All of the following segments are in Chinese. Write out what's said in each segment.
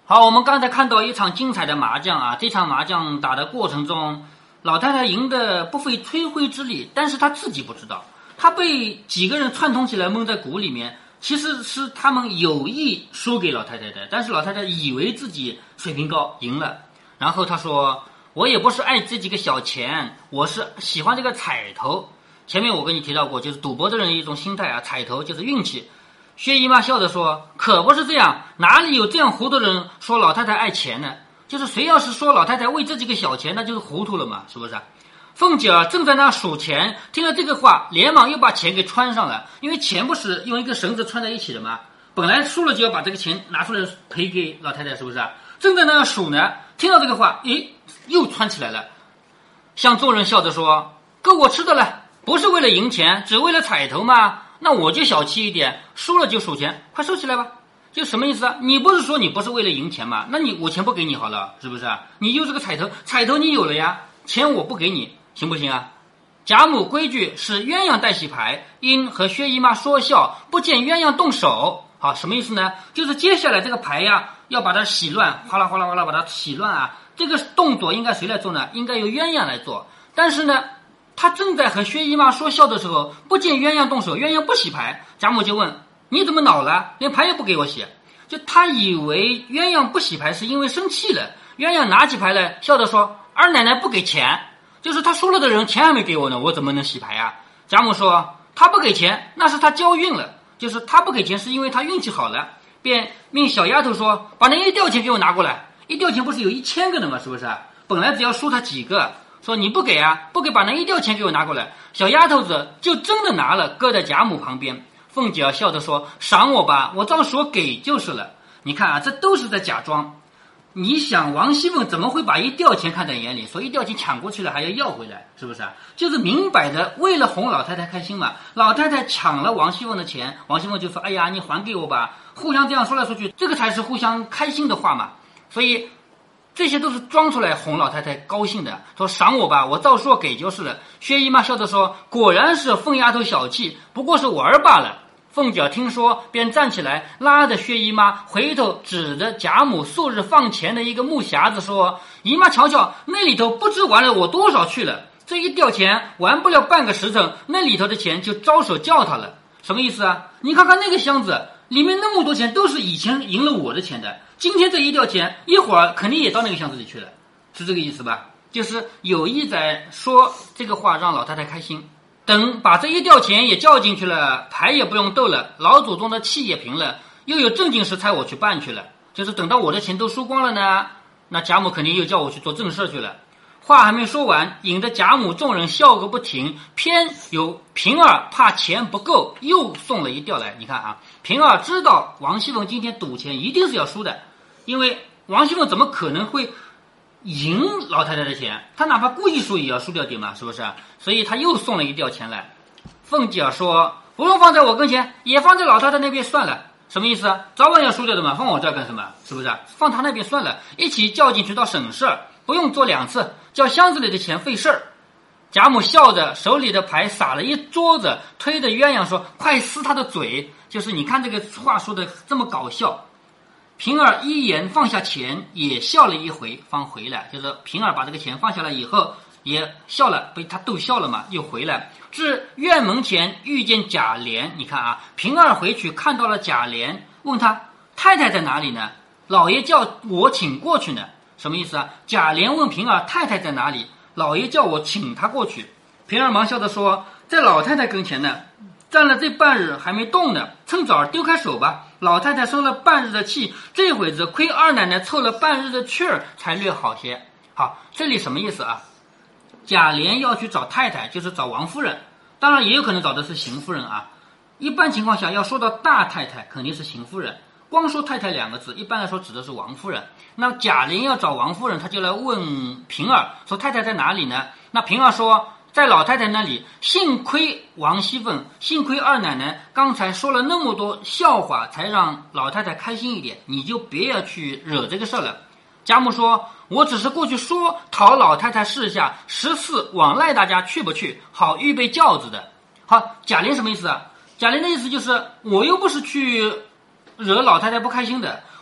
好，我们刚才看到一场精彩的麻将啊，这场麻将打的过程中，老太太赢得不费吹灰之力，但是她自己不知道，她被几个人串通起来蒙在鼓里面，其实是他们有意输给老太太的，但是老太太以为自己水平高赢了，然后她说我也不是爱这几个小钱，我是喜欢这个彩头。前面我跟你提到过，就是赌博的人的一种心态啊，彩头就是运气。薛姨妈笑着说，可不是这样，哪里有这样糊涂的人说老太太爱钱呢？就是谁要是说老太太为这几个小钱，那就是糊涂了嘛，是不是？凤姐儿正在那数钱，听了这个话，连忙又把钱给穿上了，因为钱不是用一个绳子穿在一起的吗？本来输了就要把这个钱拿出来赔给老太太，是不是？正在那数呢，听到这个话，又穿起来了，向众人笑着说，够我吃的了，不是为了赢钱，只为了彩头吗？那我就小气一点，输了就数钱，快收起来吧。就什么意思啊？你不是说你不是为了赢钱吗？那我钱不给你好了，是不是？你就是个彩头，彩头你有了呀，钱我不给你，行不行啊？贾母规矩是鸳鸯带洗牌，因和薛姨妈说笑，不见鸳鸯动手。好，什么意思呢？就是接下来这个牌呀，要把它洗乱，哗啦哗啦哗啦把它洗乱啊。这个动作应该谁来做呢？应该由鸳鸯来做。但是呢，他正在和薛姨妈说笑的时候，不见鸳鸯动手，鸳鸯不洗牌。贾母就问，你怎么恼了？连牌也不给我洗。就他以为鸳鸯不洗牌是因为生气了。鸳鸯拿起牌来，笑着说，二奶奶不给钱，就是他输了的人钱还没给我呢，我怎么能洗牌啊？贾母说，他不给钱那是他交运了，就是他不给钱是因为他运气好了，便命小丫头说，把那一吊钱给我拿过来。一吊钱不是有1000个的吗？是不是？本来只要输他几个，说你不给啊，不给把那一吊钱给我拿过来。小丫头子就真的拿了，搁在贾母旁边。凤姐笑着说，赏我吧，我照说给就是了。你看啊，这都是在假装。你想王熙凤怎么会把一吊钱看在眼里，说一吊钱抢过去了还要回来，是不是？就是明摆着为了哄老太太开心嘛。老太太抢了王熙凤的钱，王熙凤就说，哎呀，你还给我吧，互相这样说来说去，这个才是互相开心的话嘛。所以这些都是装出来哄老太太高兴的，说赏我吧，我照说给就是了。薛姨妈笑着说，果然是凤丫头小气，不过是玩罢了。凤姐听说，便站起来拉着薛姨妈，回头指着贾母素日放钱的一个木匣子说，姨妈瞧瞧，那里头不知玩了我多少去了，这一吊钱玩不了半个时辰，那里头的钱就招手叫他了。什么意思啊？你看看那个箱子里面那么多钱，都是以前赢了我的钱的，今天这一吊钱一会儿肯定也到那个箱子里去了，是这个意思吧？就是有意在说这个话让老太太开心。等把这一吊钱也叫进去了，牌也不用斗了，老祖宗的气也平了，又有正经事差我去办去了。就是等到我的钱都输光了呢，那贾母肯定又叫我去做正事去了。话还没说完，引得贾母众人笑个不停，偏有平儿怕钱不够，又送了一吊来。你看啊，平儿知道王熙凤今天赌钱一定是要输的，因为王熙凤怎么可能会赢老太太的钱，他哪怕故意输也要输掉点嘛，是不是？所以他又送了一吊钱来。凤姐说，不用放在我跟前，也放在老太太那边算了。什么意思啊？早晚要输掉的嘛，放我这儿干什么？是不是？放他那边算了，一起叫进去倒省事儿，不用做2次，叫箱子里的钱费事儿。贾母笑着，手里的牌撒了一桌子，推着鸳鸯说，快撕他的嘴。就是你看这个话说的这么搞笑。平儿一言放下钱，也笑了一回方回来，就是平儿把这个钱放下来以后也笑了，被他逗笑了嘛，又回来至院门前遇见贾琏。你看啊，平儿回去看到了贾琏，问他太太在哪里呢？老爷叫我请过去呢。什么意思啊？贾琏问平儿太太在哪里，老爷叫我请她过去。平儿忙笑着说，在老太太跟前呢，站了这半日还没动呢，趁早丢开手吧。老太太生了半日的气，这会子亏二奶奶凑了半日的趣儿，才略好些。好，这里什么意思啊？贾琏要去找太太，就是找王夫人，当然也有可能找的是邢夫人啊。一般情况下要说到大太太肯定是邢夫人，光说太太2个字一般来说指的是王夫人。那贾琏要找王夫人，他就来问平儿说太太在哪里呢？那平儿说在老太太那里，幸亏王熙凤，幸亏二奶奶刚才说了那么多笑话，才让老太太开心一点，你就别要去惹这个事了。贾母说，我只是过去说讨老太太试下14往赖大家去不去，好预备轿子的。好，贾琏什么意思啊？贾琏的意思就是我又不是去惹老太太不开心的，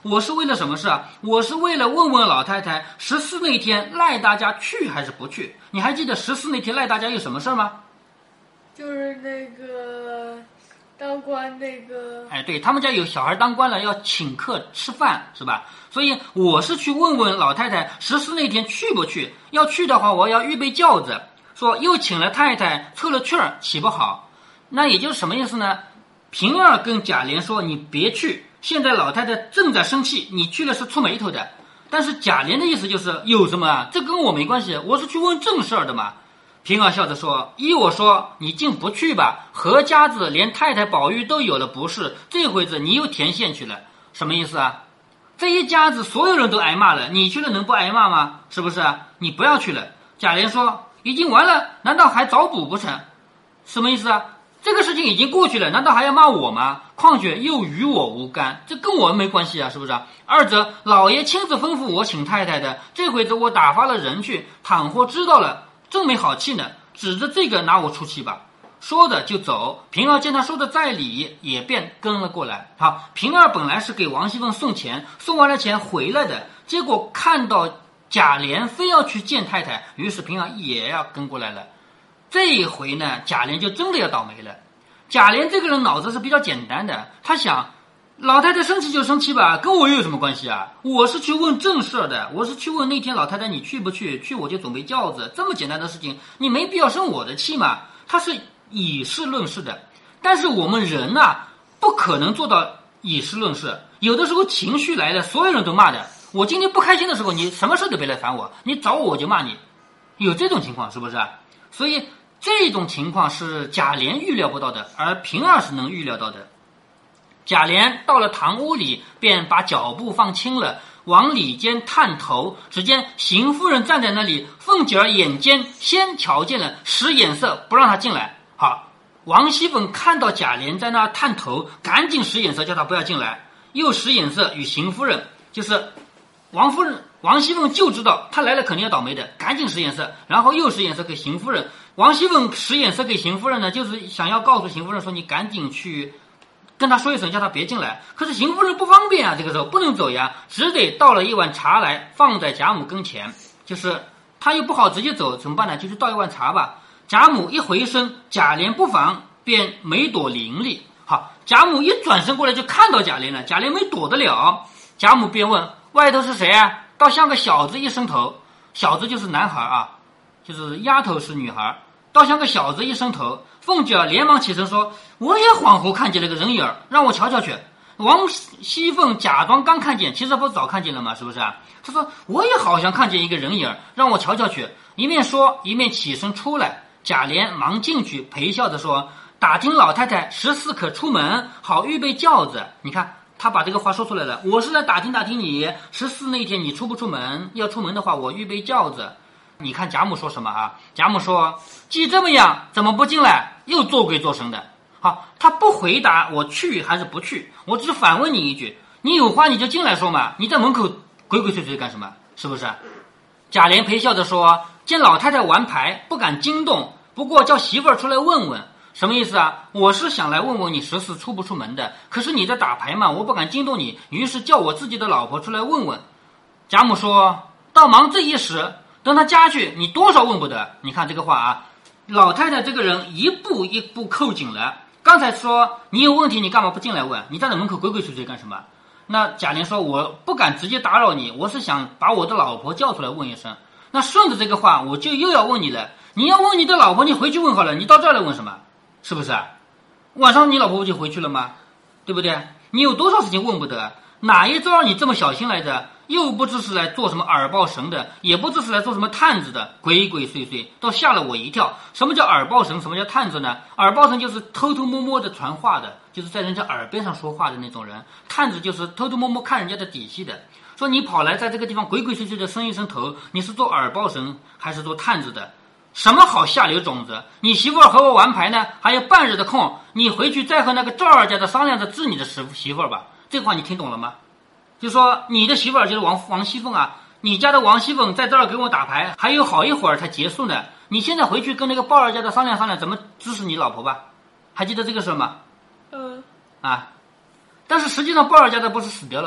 我是为了什么事啊？我是为了问问老太太14那天赖大家去还是不去。你还记得14那天赖大家有什么事吗？ 就是那个当官那个， 对，他们家有小孩当官了，要请客吃饭，是吧？所以我是去问问老太太14那天去不去。要去的话，我要预备轿子，说又请了太太，凑了趣儿，岂不好？那也就是什么意思呢？平儿跟贾琏说：“你别去，现在老太太正在生气，你去了是出眉头的。”但是贾琏的意思就是有什么啊？这跟我没关系，我是去问正事儿的嘛。平儿笑着说：“依我说，你竟不去吧？何家子连太太宝玉都有了不是，这回子你又填线去了，什么意思啊？这一家子所有人都挨骂了，你去了能不挨骂吗？是不是啊？你不要去了。”贾琏说：“已经完了，难道还找补不成？什么意思啊？这个事情已经过去了，难道还要骂我吗？况且又与我无干，这跟我没关系啊，是不是啊？二则老爷亲自吩咐我请太太的，这回子我打发了人去，倘或知道了，正没好气呢，指着这个拿我出气吧。”说着就走。平儿见他说的在理，也便跟了过来。好，平儿本来是给王熙凤送钱，送完了钱回来的，结果看到贾琏非要去见太太，于是平儿也要跟过来了。这一回呢，贾琏就真的要倒霉了。贾琏这个人脑子是比较简单的，他想，老太太生气就生气吧，跟我又有什么关系啊？我是去问正事的，我是去问那天老太太你去不去，去我就准备轿子，这么简单的事情，你没必要生我的气嘛。他是以事论事的，但是我们人啊，不可能做到以事论事，有的时候情绪来了，所有人都骂的。我今天不开心的时候，你什么事都别来烦我，你找我就骂你，有这种情况是不是？所以这种情况是贾琏预料不到的，而平儿是能预料到的。贾琏到了堂屋里，便把脚步放轻了，往里间探头，只见邢夫人站在那里，凤姐儿眼尖，先瞧见了，使眼色不让她进来。好，王熙凤看到贾琏在那探头，赶紧使眼色叫他不要进来，又使眼色与邢夫人，就是王熙凤就知道他来了肯定要倒霉的，赶紧使眼色，然后又使眼色给邢夫人。王熙凤使眼色给邢夫人呢，就是想要告诉邢夫人说，你赶紧去跟他说一声，叫他别进来。可是邢夫人不方便啊，这个时候不能走呀，只得倒了一碗茶来放在贾母跟前，就是他又不好直接走，怎么办呢？就去倒一碗茶吧。贾母一回身，贾琏不防，便没躲伶俐。好，贾母一转身过来就看到贾琏了，贾琏没躲得了。贾母便问：“外头是谁啊？”倒像个小子一伸头，小子就是男孩啊，就是丫头是女孩，倒像个小子一伸头。凤姐连忙起身说：“我也恍惚看见了个人影，让我瞧瞧去。”王熙凤假装刚看见，其实不是早看见了吗？是不是啊？她说：“我也好像看见一个人影，让我瞧瞧去。”一面说一面起身出来。贾琏忙进去陪笑着说：“打听老太太14可出门，好预备轿子。”你看他把这个话说出来了，我是来打听打听你14那天你出不出门，要出门的话我预备轿子。你看贾母说什么啊？贾母说：“既这么样，怎么不进来？又做鬼做神的。”好，他不回答我去还是不去，我只反问你一句，你有话你就进来说嘛，你在门口鬼鬼祟祟干什么？是不是？贾琏陪笑着说：“见老太太玩牌，不敢惊动，不过叫媳妇儿出来问问。”什么意思啊？我是想来问问你14出不出门的，可是你在打牌嘛，我不敢惊动你，于是叫我自己的老婆出来问问。贾母说：“到忙这一时，等他家去，你多少问不得。”你看这个话啊，老太太这个人一步一步扣紧了。刚才说你有问题，你干嘛不进来问？你站在门口鬼鬼祟祟干什么？那贾琏说：“我不敢直接打扰你，我是想把我的老婆叫出来问一声。”那顺着这个话，我就又要问你了。你要问你的老婆，你回去问好了，你到这儿来问什么？是不是？晚上你老婆不就回去了吗？对不对？你有多少事情问不得？哪一招你这么小心来着？又不知是来做什么耳报神的，也不知是来做什么探子的，鬼鬼祟祟，倒吓了我一跳。什么叫耳报神？什么叫探子呢？耳报神就是偷偷摸摸的传话的，就是在人家耳边上说话的那种人。探子就是偷偷摸摸看人家的底细的。说你跑来在这个地方鬼鬼祟祟的伸一伸头，你是做耳报神还是做探子的？什么好下流种子？你媳妇儿和我玩牌呢，还有半日的空，你回去再和那个赵二家的商量着治你的媳妇儿吧。这话你听懂了吗？就说你的媳妇儿就是王熙凤啊，你家的王熙凤在这儿给我打牌，还有好一会儿才结束呢。你现在回去跟那个鲍二家的商量商量，怎么支持你老婆吧？还记得这个事吗？但是实际上鲍二家的不是死掉了吗？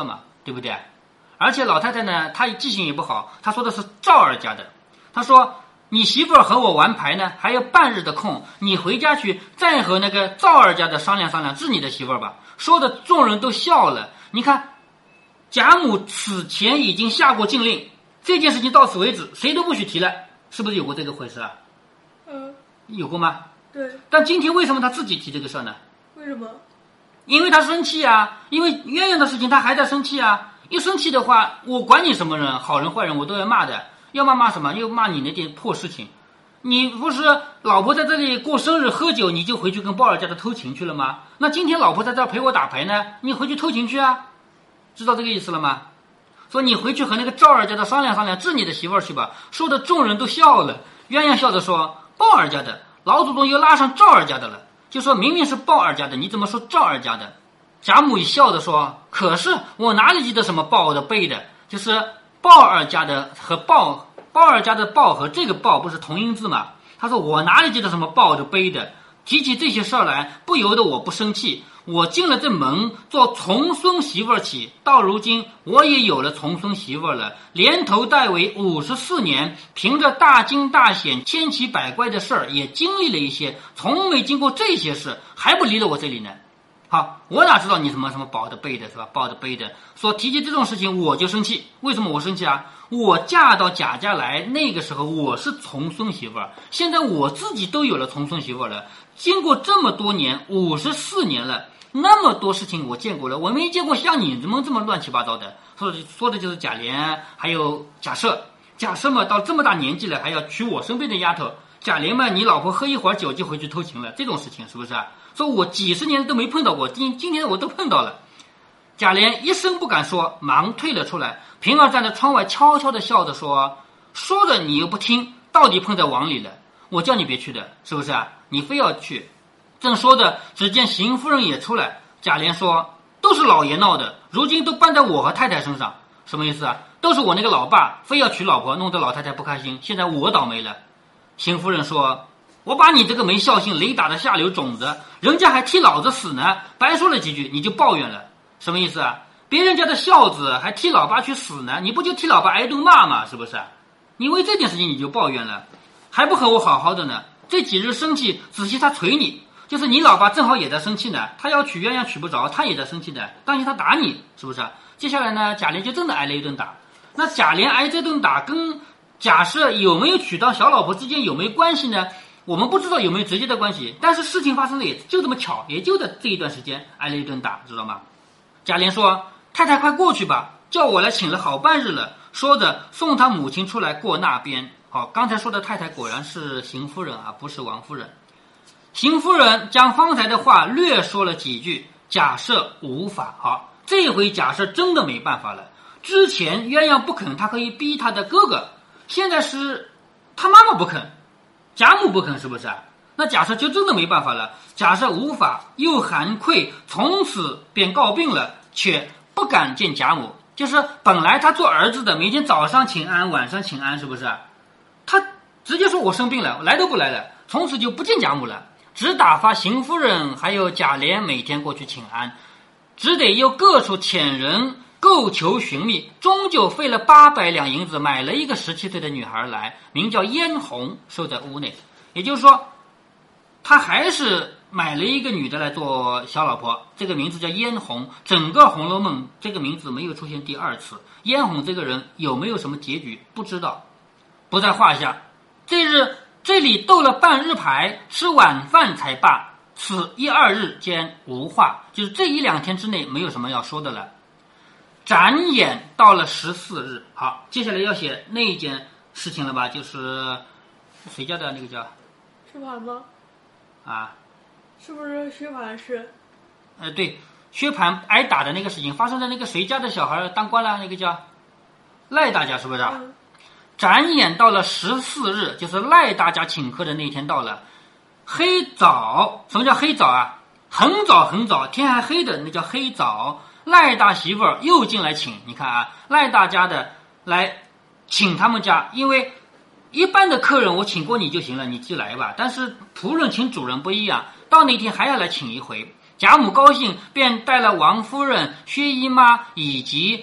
对不对？而且老太太呢，她记性也不好，她说的是赵二家的，她说你媳妇儿和我玩牌呢，还有半日的空，你回家去再和那个赵二家的商量商量，治你的媳妇儿吧。说的众人都笑了。你看，贾母此前已经下过禁令，这件事情到此为止，谁都不许提了，是不是有过这个回事啊？有过吗？ 对。 但今天为什么他自己提这个事儿呢？ 为什么？ 因为他生气啊，因为鸳鸯的事情他还在生气啊。一生气的话，我管你什么人，好人坏人我都要骂的。要骂什么？又骂你那点破事情。你不是老婆在这里过生日喝酒，你就回去跟鲍尔家的偷情去了吗？那今天老婆在这陪我打牌呢，你回去偷情去啊？知道这个意思了吗？说你回去和那个赵二家的商量商量，治你的媳妇儿去吧。说的众人都笑了。鸳鸯笑着说，鲍二家的，老祖宗又拉上赵二家的了，就说明明是鲍二家的，你怎么说赵二家的？贾母笑着说，可是我哪里记得什么鲍的贝的，就是鲍二家的和鲍二家的鲍和这个鲍不是同音字吗？他说我哪里记得什么鲍的贝的，提起这些事儿来，不由得我不生气。我进了这门做从孙媳妇儿起，到如今我也有了从孙媳妇儿了，连头带尾54年，凭着大惊大险千奇百怪的事儿也经历了一些，从没经过这些事，还不离了我这里呢。好，我哪知道你什么保的背的是吧？抱的背的，说提起这种事情我就生气。为什么我生气啊？我嫁到贾家来，那个时候我是从孙媳妇儿，现在我自己都有了从孙媳妇儿了。经过这么多年，54年了，那么多事情我见过了，我没见过像你们这么乱七八糟的。说的就是贾琏还有贾赦。贾赦嘛，到这么大年纪了，还要娶我身边的丫头。贾琏嘛，你老婆喝一会儿酒就回去偷情了，这种事情是不是啊？说我几十年都没碰到过，今天我都碰到了。贾琏一声不敢说，忙退了出来。平儿站在窗外悄悄地笑着说，说着你又不听，到底碰在网里了，我叫你别去的，是不是啊？你非要去。正说着，只见邢夫人也出来。贾琏说，都是老爷闹的，如今都搬在我和太太身上。什么意思啊？都是我那个老爸非要娶老婆，弄得老太太不开心，现在我倒霉了。邢夫人说，我把你这个没孝心雷打的下流种子，人家还替老子死呢，白说了几句你就抱怨了，什么意思啊？别人家的孝子还替老爸去死呢，你不就替老爸挨顿骂吗？是不是？你为这件事情你就抱怨了，还不和我好好的呢？这几日生气，仔细他捶你，就是你老爸正好也在生气呢，他要娶鸳鸯娶不着，他也在生气的，当心他打你，是不是？接下来呢，贾琏就真的挨了一顿打。那贾琏挨这顿打跟贾赦有没有娶到小老婆之间有没有关系呢？我们不知道有没有直接的关系，但是事情发生的也就这么巧，也就在这一段时间挨了一顿打，知道吗？贾琏说，太太快过去吧，叫我来请了好半日了。说着送他母亲出来过那边。好，刚才说的太太果然是邢夫人啊，不是王夫人。邢夫人将方才的话略说了几句，贾赦无法。好，这回贾赦真的没办法了。之前鸳鸯不肯，他可以逼他的哥哥，现在是他妈妈不肯，贾母不肯，是不是？那贾赦就真的没办法了。贾赦无法，又含愧，从此便告病了，却不敢见贾母。就是本来他做儿子的，每天早上请安，晚上请安，是不是？他直接说我生病了，来都不来了，从此就不见贾母了，只打发邢夫人还有贾琏每天过去请安，只得又各处遣人购求寻觅，终究费了800两银子买了一个17岁的女孩来，名叫嫣红，收在屋内。也就是说，他还是买了一个女的来做小老婆，这个名字叫嫣红。整个《红楼梦》这个名字没有出现第二次。嫣红这个人有没有什么结局不知道，不在话下。这里斗了半日牌，吃晚饭才罢，此1、2日间无话，就是这1、2天之内没有什么要说的了。展演到了14日，好，接下来要写那一件事情了吧？就是谁家的那个叫薛蟠吗？ 啊， 是不是薛蟠是？ 对，薛蟠挨打的那个事情发生在那个谁家的小孩当官了，那个叫赖大家，是不是？展演到了14日，就是赖大家请客的那天到了。黑早，什么叫黑早啊？很早很早，天还黑的那叫黑早。赖大媳妇儿又进来请，你看啊，赖大家的来请他们家，因为一般的客人我请过你就行了，你就来吧。但是仆人请主人不一样，到那天还要来请一回。贾母高兴，便带了王夫人、薛姨妈以及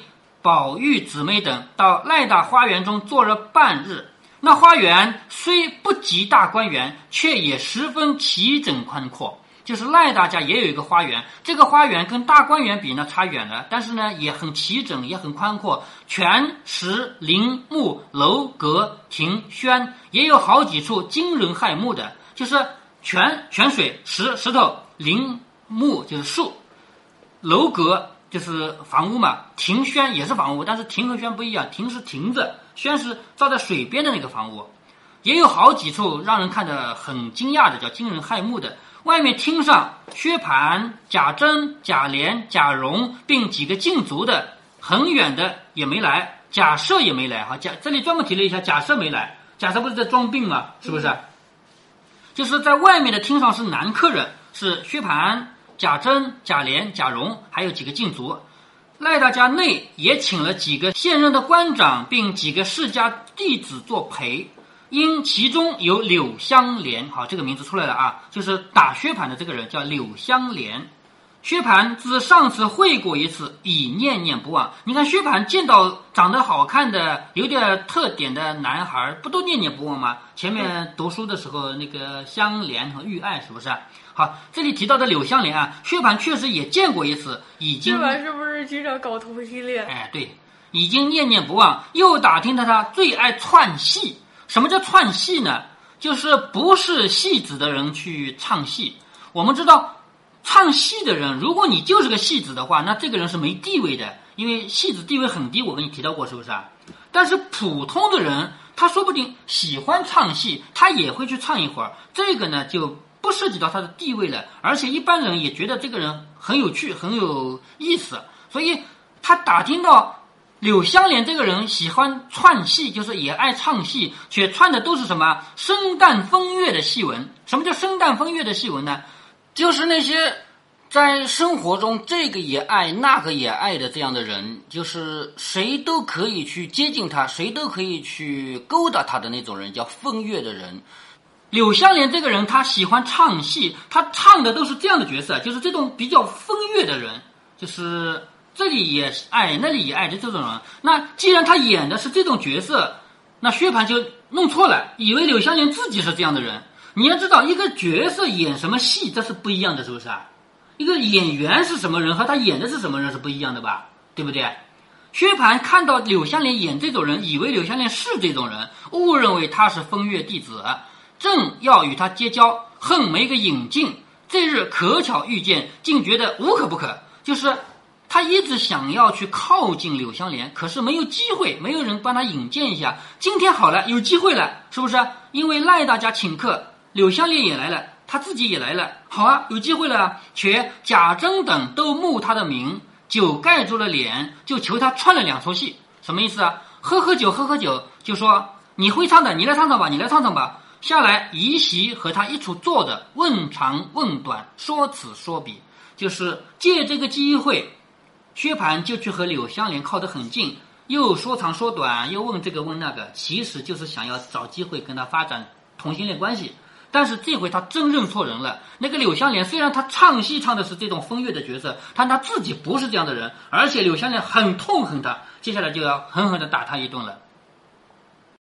宝玉姊妹等到赖大花园中坐了半日。那花园虽不及大观园，却也十分齐整宽阔。就是赖大家也有一个花园，这个花园跟大观园比呢差远了，但是呢也很齐整，也很宽阔，泉石林木楼阁亭轩，也有好几处惊人骇目的，就是泉水石头，林木就是树，楼阁就是房屋嘛，亭轩也是房屋，但是亭和轩不一样，亭是亭子，轩是照在水边的那个房屋，也有好几处让人看得很惊讶的，叫惊人骇目的。外面厅上薛蟠、贾珍、贾琏、贾蓉并几个禁足的，很远的也没来，贾赦也没来哈。这里专门提了一下，贾赦没来，贾赦不是在装病吗？是不是？就是在外面的厅上是男客人，是薛蟠、贾珍、贾琏、贾蓉，还有几个禁足。赖大家内也请了几个现任的官长，并几个世家弟子作陪。因其中有柳香莲，好，这个名字出来了啊，就是打薛蟠的这个人叫柳香莲。薛蟠自上次会过一次，已念念不忘。你看薛蟠见到长得好看的、有点特点的男孩，不都念念不忘吗？前面读书的时候，那个香莲和玉爱，是不是？好，这里提到的柳香莲啊，薛蟠确实也见过一次，已经。 薛蟠是不是经常搞同性恋？ 哎，对，已经念念不忘。又打听他最爱串戏。什么叫串戏呢？就是不是戏子的人去唱戏。我们知道唱戏的人，如果你就是个戏子的话，那这个人是没地位的，因为戏子地位很低，我跟你提到过，是不是啊？但是普通的人，他说不定喜欢唱戏，他也会去唱一会儿，这个呢就不涉及到他的地位了，而且一般人也觉得这个人很有趣，很有意思，所以他打听到柳香莲这个人喜欢串戏，就是也爱唱戏，却串的都是什么生旦风月的戏文。什么叫生旦风月的戏文呢？就是那些在生活中这个也爱那个也爱的这样的人，就是谁都可以去接近他，谁都可以去勾搭他的那种人，叫风月的人。柳香莲这个人他喜欢唱戏，他唱的都是这样的角色，就是这种比较风月的人，就是这里也爱那里也爱的这种人。那既然他演的是这种角色，那薛蟠就弄错了，以为柳香莲自己是这样的人。你要知道一个角色演什么戏这是不一样的，是不是啊？一个演员是什么人和他演的是什么人是不一样的吧，对不对？薛蟠看到柳香莲演这种人，以为柳香莲是这种人，误认为他是风月弟子，正要与他结交，恨没个引进。这日可巧遇见，竟觉得无可不可，就是他一直想要去靠近柳香莲，可是没有机会，没有人帮他引荐一下。今天好了，有机会了，是不是？因为赖大家请客，柳香莲也来了，他自己也来了，好啊，有机会了。却贾珍等都慕他的名，酒盖住了脸，就求他串了两出戏。什么意思啊？喝酒，就说你会唱的，你来唱唱吧，你来唱唱吧。下来移席和他一处坐着，问长问短，说此说彼，就是借这个机会，薛蟠就去和柳香莲靠得很近，又说长说短，又问这个问那个，其实就是想要找机会跟他发展同性恋关系。但是这回他真认错人了，那个柳香莲虽然他唱戏唱的是这种风月的角色，但他自己不是这样的人，而且柳香莲很痛恨他，接下来就要狠狠地打他一顿了。